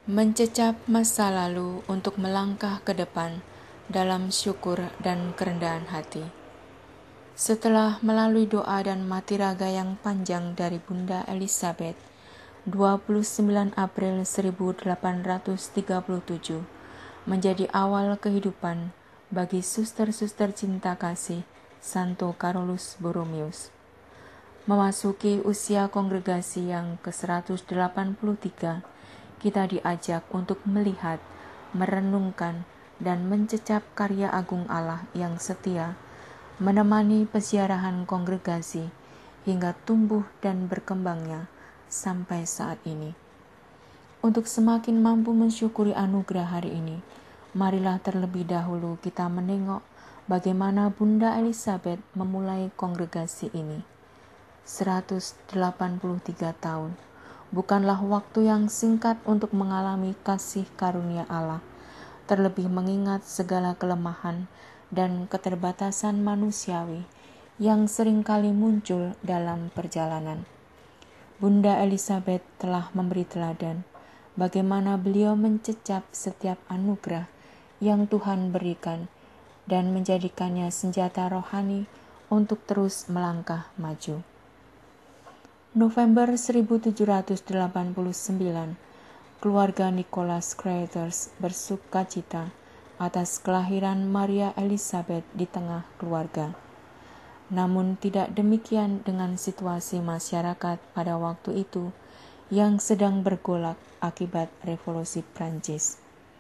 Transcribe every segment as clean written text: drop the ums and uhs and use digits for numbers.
Mencecap masa lalu untuk melangkah ke depan dalam syukur dan kerendahan hati. Setelah melalui doa dan mati raga yang panjang dari Bunda Elizabeth, 29 April 1837 menjadi awal kehidupan bagi suster-suster cinta kasih Santo Carolus Borromeus. Memasuki usia kongregasi yang ke-183, kita diajak untuk melihat, merenungkan, dan mencecap karya agung Allah yang setia, menemani peziarahan kongregasi hingga tumbuh dan berkembangnya sampai saat ini. Untuk semakin mampu mensyukuri anugerah hari ini, marilah terlebih dahulu kita menengok bagaimana Bunda Elizabeth memulai kongregasi ini. 183 tahun bukanlah waktu yang singkat untuk mengalami kasih karunia Allah, terlebih mengingat segala kelemahan dan keterbatasan manusiawi yang seringkali muncul dalam perjalanan. Bunda Elizabeth telah memberi teladan bagaimana beliau mencecap setiap anugerah yang Tuhan berikan dan menjadikannya senjata rohani untuk terus melangkah maju. November 1789, keluarga Nicholas Craters bersukacita atas kelahiran Maria Elizabeth di tengah keluarga. Namun tidak demikian dengan situasi masyarakat pada waktu itu yang sedang bergolak akibat revolusi Prancis.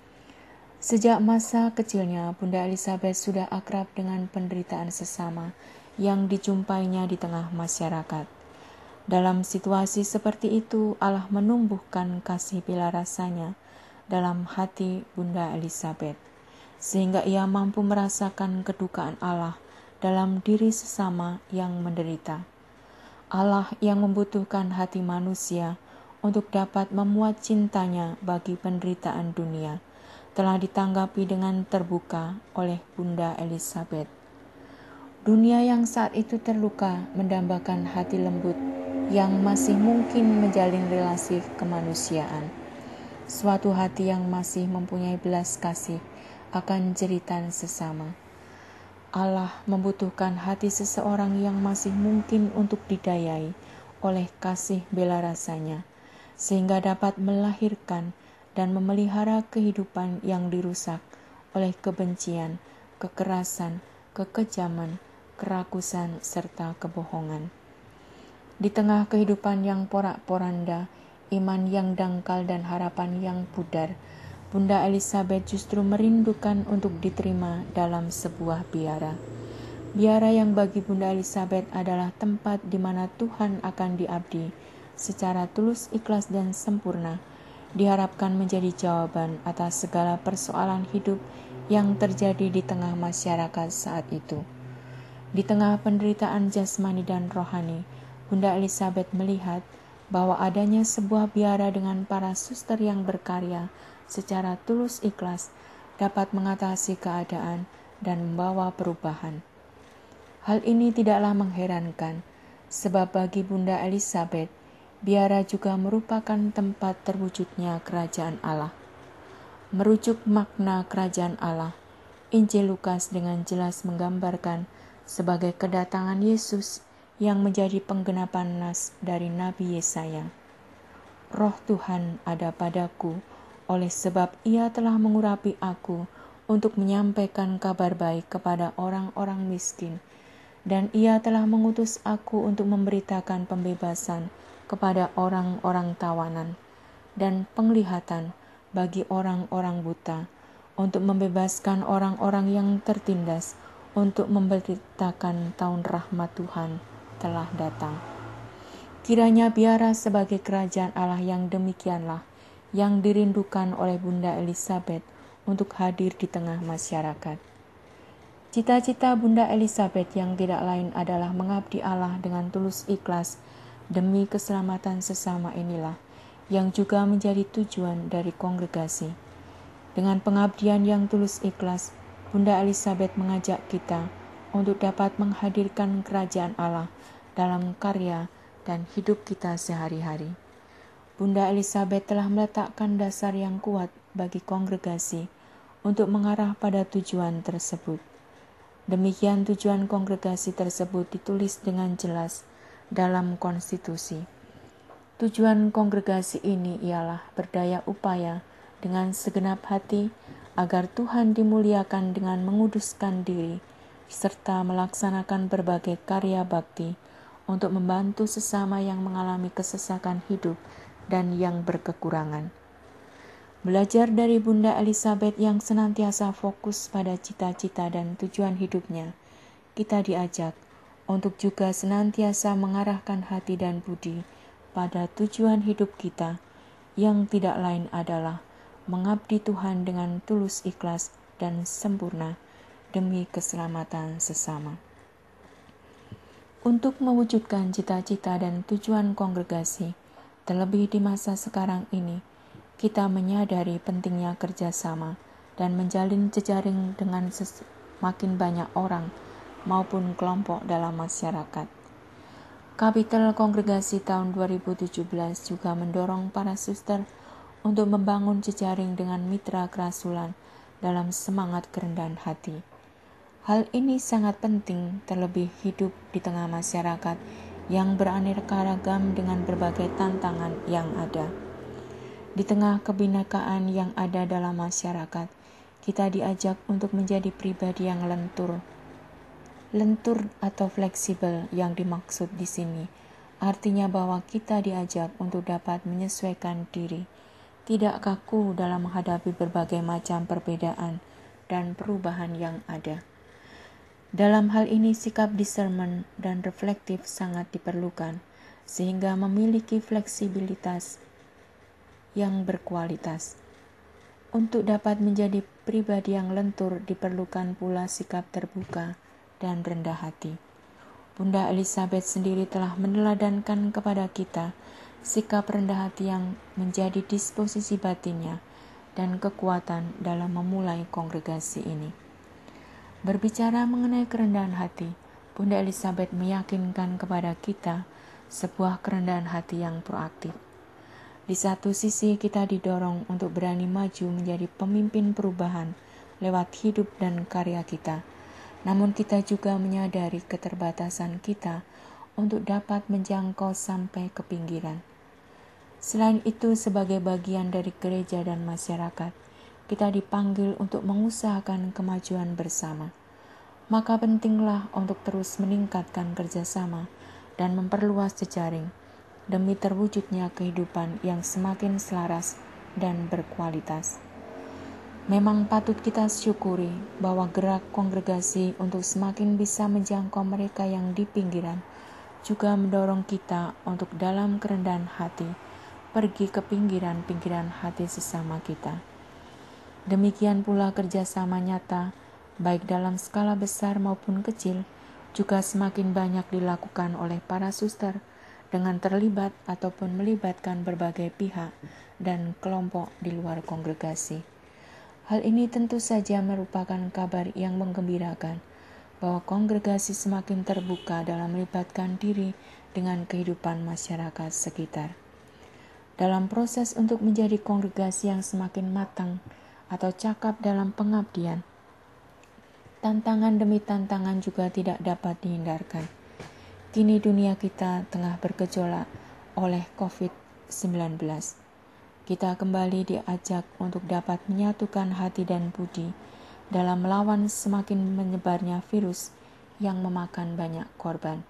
Sejak masa kecilnya, Bunda Elizabeth sudah akrab dengan penderitaan sesama yang dijumpainya di tengah masyarakat. Dalam situasi seperti itu, Allah menumbuhkan kasih bela rasanya dalam hati Bunda Elizabeth, sehingga ia mampu merasakan kedukaan Allah dalam diri sesama yang menderita. Allah yang membutuhkan hati manusia untuk dapat memuat cintanya bagi penderitaan dunia, telah ditanggapi dengan terbuka oleh Bunda Elizabeth. Dunia yang saat itu terluka mendambakan hati lembut yang masih mungkin menjalin relasi kemanusiaan. Suatu hati yang masih mempunyai belas kasih akan jeritan sesama. Allah membutuhkan hati seseorang yang masih mungkin untuk didayai oleh kasih bela rasanya, sehingga dapat melahirkan dan memelihara kehidupan yang dirusak oleh kebencian, kekerasan, kekejaman, kerakusan, serta kebohongan. Di tengah kehidupan yang porak-poranda, iman yang dangkal dan harapan yang pudar, Bunda Elizabeth justru merindukan untuk diterima dalam sebuah biara. Biara yang bagi Bunda Elizabeth adalah tempat di mana Tuhan akan diabdi secara tulus, ikhlas, dan sempurna, diharapkan menjadi jawaban atas segala persoalan hidup yang terjadi di tengah masyarakat saat itu. Di tengah penderitaan jasmani dan rohani, Bunda Elizabeth melihat bahwa adanya sebuah biara dengan para suster yang berkarya secara tulus ikhlas dapat mengatasi keadaan dan membawa perubahan. Hal ini tidaklah mengherankan, sebab bagi Bunda Elizabeth, biara juga merupakan tempat terwujudnya kerajaan Allah. Merujuk makna kerajaan Allah, Injil Lukas dengan jelas menggambarkan sebagai kedatangan Yesus yang menjadi penggenapan nas dari Nabi Yesaya. Roh Tuhan ada padaku, oleh sebab Ia telah mengurapi aku untuk menyampaikan kabar baik kepada orang-orang miskin, dan Ia telah mengutus aku untuk memberitakan pembebasan kepada orang-orang tawanan, dan penglihatan bagi orang-orang buta, untuk membebaskan orang-orang yang tertindas, untuk memberitakan tahun rahmat Tuhan telah datang. Kiranya biara sebagai kerajaan Allah yang demikianlah yang dirindukan oleh Bunda Elizabeth untuk hadir di tengah masyarakat. Cita-cita Bunda Elizabeth yang tidak lain adalah mengabdi Allah dengan tulus ikhlas demi keselamatan sesama inilah yang juga menjadi tujuan dari kongregasi. Dengan pengabdian yang tulus ikhlas, Bunda Elizabeth mengajak kita untuk dapat menghadirkan kerajaan Allah dalam karya dan hidup kita sehari-hari. Bunda Elizabeth telah meletakkan dasar yang kuat bagi kongregasi untuk mengarah pada tujuan tersebut. Demikian tujuan kongregasi tersebut ditulis dengan jelas dalam konstitusi. Tujuan kongregasi ini ialah berdaya upaya dengan segenap hati agar Tuhan dimuliakan dengan menguduskan diri serta melaksanakan berbagai karya bakti untuk membantu sesama yang mengalami kesesakan hidup dan yang berkekurangan. Belajar dari Bunda Elizabeth yang senantiasa fokus pada cita-cita dan tujuan hidupnya, kita diajak untuk juga senantiasa mengarahkan hati dan budi pada tujuan hidup kita yang tidak lain adalah mengabdi Tuhan dengan tulus ikhlas dan sempurna demi keselamatan sesama. Untuk mewujudkan cita-cita dan tujuan kongregasi, terlebih di masa sekarang ini, kita menyadari pentingnya kerjasama dan menjalin jejaring dengan semakin banyak orang maupun kelompok dalam masyarakat. Kapitel Kongregasi tahun 2017 juga mendorong para suster untuk membangun jejaring dengan mitra kerasulan dalam semangat kerendahan hati. Hal ini sangat penting, terlebih hidup di tengah masyarakat yang beraneka ragam dengan berbagai tantangan yang ada. Di tengah kebinekaan yang ada dalam masyarakat, kita diajak untuk menjadi pribadi yang lentur atau fleksibel. Yang dimaksud di sini artinya bahwa kita diajak untuk dapat menyesuaikan diri, tidak kaku dalam menghadapi berbagai macam perbedaan dan perubahan yang ada. Dalam hal ini sikap discernment dan reflektif sangat diperlukan, sehingga memiliki fleksibilitas yang berkualitas. Untuk dapat menjadi pribadi yang lentur diperlukan pula sikap terbuka dan rendah hati. Bunda Elizabeth sendiri telah meneladankan kepada kita sikap rendah hati yang menjadi disposisi batinnya dan kekuatan dalam memulai kongregasi ini. Berbicara mengenai kerendahan hati, Bunda Elizabeth meyakinkan kepada kita sebuah kerendahan hati yang proaktif. Di satu sisi kita didorong untuk berani maju menjadi pemimpin perubahan lewat hidup dan karya kita. Namun kita juga menyadari keterbatasan kita untuk dapat menjangkau sampai ke pinggiran. Selain itu, sebagai bagian dari gereja dan masyarakat, kita dipanggil untuk mengusahakan kemajuan bersama. Maka pentinglah untuk terus meningkatkan kerjasama dan memperluas jejaring demi terwujudnya kehidupan yang semakin selaras dan berkualitas. Memang patut kita syukuri bahwa gerak kongregasi untuk semakin bisa menjangkau mereka yang di pinggiran juga mendorong kita untuk dalam kerendahan hati pergi ke pinggiran-pinggiran hati sesama kita. Demikian pula kerjasama nyata, baik dalam skala besar maupun kecil, juga semakin banyak dilakukan oleh para suster dengan terlibat ataupun melibatkan berbagai pihak dan kelompok di luar kongregasi. Hal ini tentu saja merupakan kabar yang menggembirakan bahwa kongregasi semakin terbuka dalam melibatkan diri dengan kehidupan masyarakat sekitar. Dalam proses untuk menjadi kongregasi yang semakin matang atau cakap dalam pengabdian, tantangan demi tantangan juga tidak dapat dihindarkan. Kini dunia kita tengah bergejolak oleh COVID-19. Kita kembali diajak untuk dapat menyatukan hati dan budi dalam melawan semakin menyebarnya virus yang memakan banyak korban.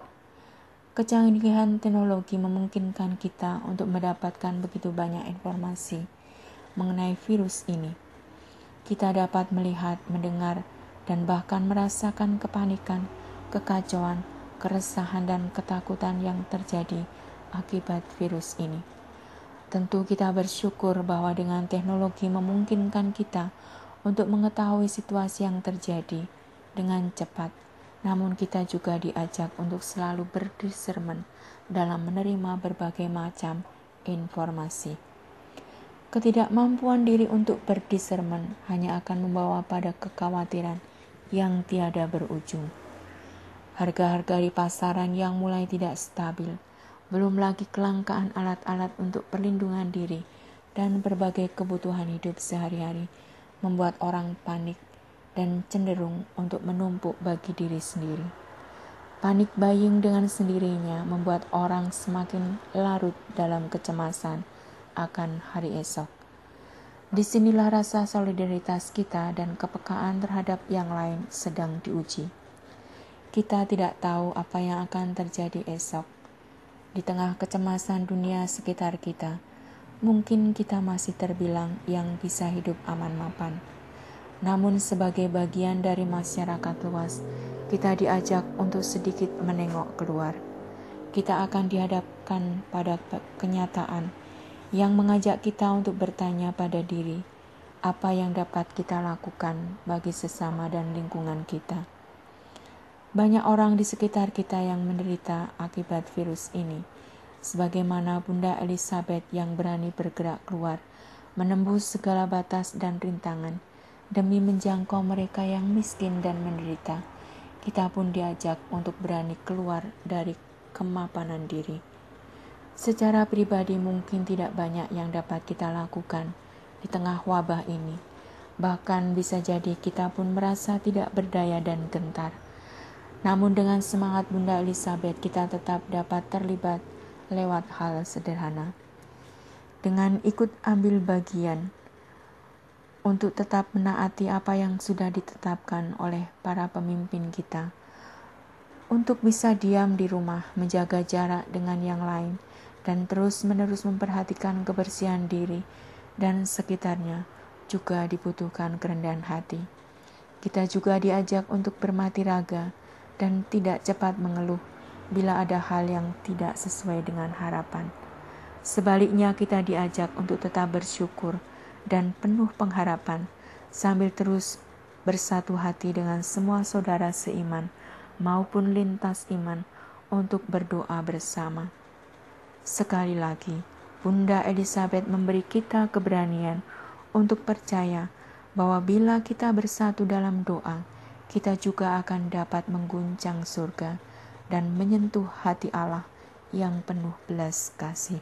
Kecanggihan teknologi memungkinkan kita untuk mendapatkan begitu banyak informasi mengenai virus ini. Kita dapat melihat, mendengar, dan bahkan merasakan kepanikan, kekacauan, keresahan, dan ketakutan yang terjadi akibat virus ini. Tentu kita bersyukur bahwa dengan teknologi memungkinkan kita untuk mengetahui situasi yang terjadi dengan cepat, namun kita juga diajak untuk selalu berdiscernment dalam menerima berbagai macam informasi. Ketidakmampuan diri untuk berdiscernment hanya akan membawa pada kekhawatiran yang tiada berujung. Harga-harga di pasaran yang mulai tidak stabil Belum lagi kelangkaan alat-alat untuk perlindungan diri dan berbagai kebutuhan hidup sehari-hari membuat orang panik dan cenderung untuk menumpuk bagi diri sendiri. Panik buying dengan sendirinya membuat orang semakin larut dalam kecemasan akan hari esok. Disinilah rasa solidaritas kita dan kepekaan terhadap yang lain sedang diuji. Kita tidak tahu apa yang akan terjadi esok. Di tengah kecemasan dunia sekitar kita, mungkin kita masih terbilang yang bisa hidup aman-mapan. Namun sebagai bagian dari masyarakat luas, kita diajak untuk sedikit menengok keluar. Kita akan dihadapkan pada kenyataan yang mengajak kita untuk bertanya pada diri, apa yang dapat kita lakukan bagi sesama dan lingkungan kita. Banyak orang di sekitar kita yang menderita akibat virus ini, sebagaimana Bunda Elizabeth yang berani bergerak keluar, menembus segala batas dan rintangan, demi menjangkau mereka yang miskin dan menderita. Kita pun diajak untuk berani keluar dari kemapanan diri. Secara pribadi mungkin tidak banyak yang dapat kita lakukan di tengah wabah ini. Bahkan bisa jadi kita pun merasa tidak berdaya dan gentar. Namun dengan semangat Bunda Elizabeth kita tetap dapat terlibat lewat hal sederhana. Dengan ikut ambil bagian untuk tetap menaati apa yang sudah ditetapkan oleh para pemimpin kita, untuk bisa diam di rumah, menjaga jarak dengan yang lain, dan terus-menerus memperhatikan kebersihan diri dan sekitarnya, juga dibutuhkan kerendahan hati. Kita juga diajak untuk bermati raga dan tidak cepat mengeluh bila ada hal yang tidak sesuai dengan harapan. Sebaliknya kita diajak untuk tetap bersyukur dan penuh pengharapan, sambil terus bersatu hati dengan semua saudara seiman maupun lintas iman untuk berdoa bersama. Sekali lagi, Bunda Elizabeth memberi kita keberanian untuk percaya bahwa bila kita bersatu dalam doa, kita juga akan dapat mengguncang surga dan menyentuh hati Allah yang penuh belas kasih.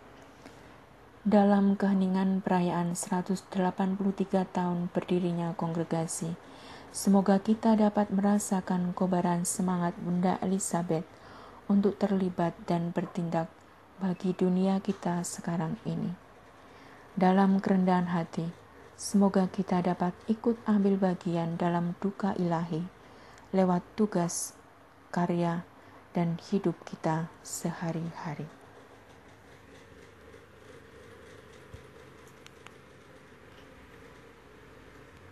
Dalam keheningan perayaan 183 tahun berdirinya kongregasi, semoga kita dapat merasakan kobaran semangat Bunda Elizabeth untuk terlibat dan bertindak bagi dunia kita sekarang ini. Dalam kerendahan hati, semoga kita dapat ikut ambil bagian dalam duka ilahi lewat tugas, karya, dan hidup kita sehari-hari.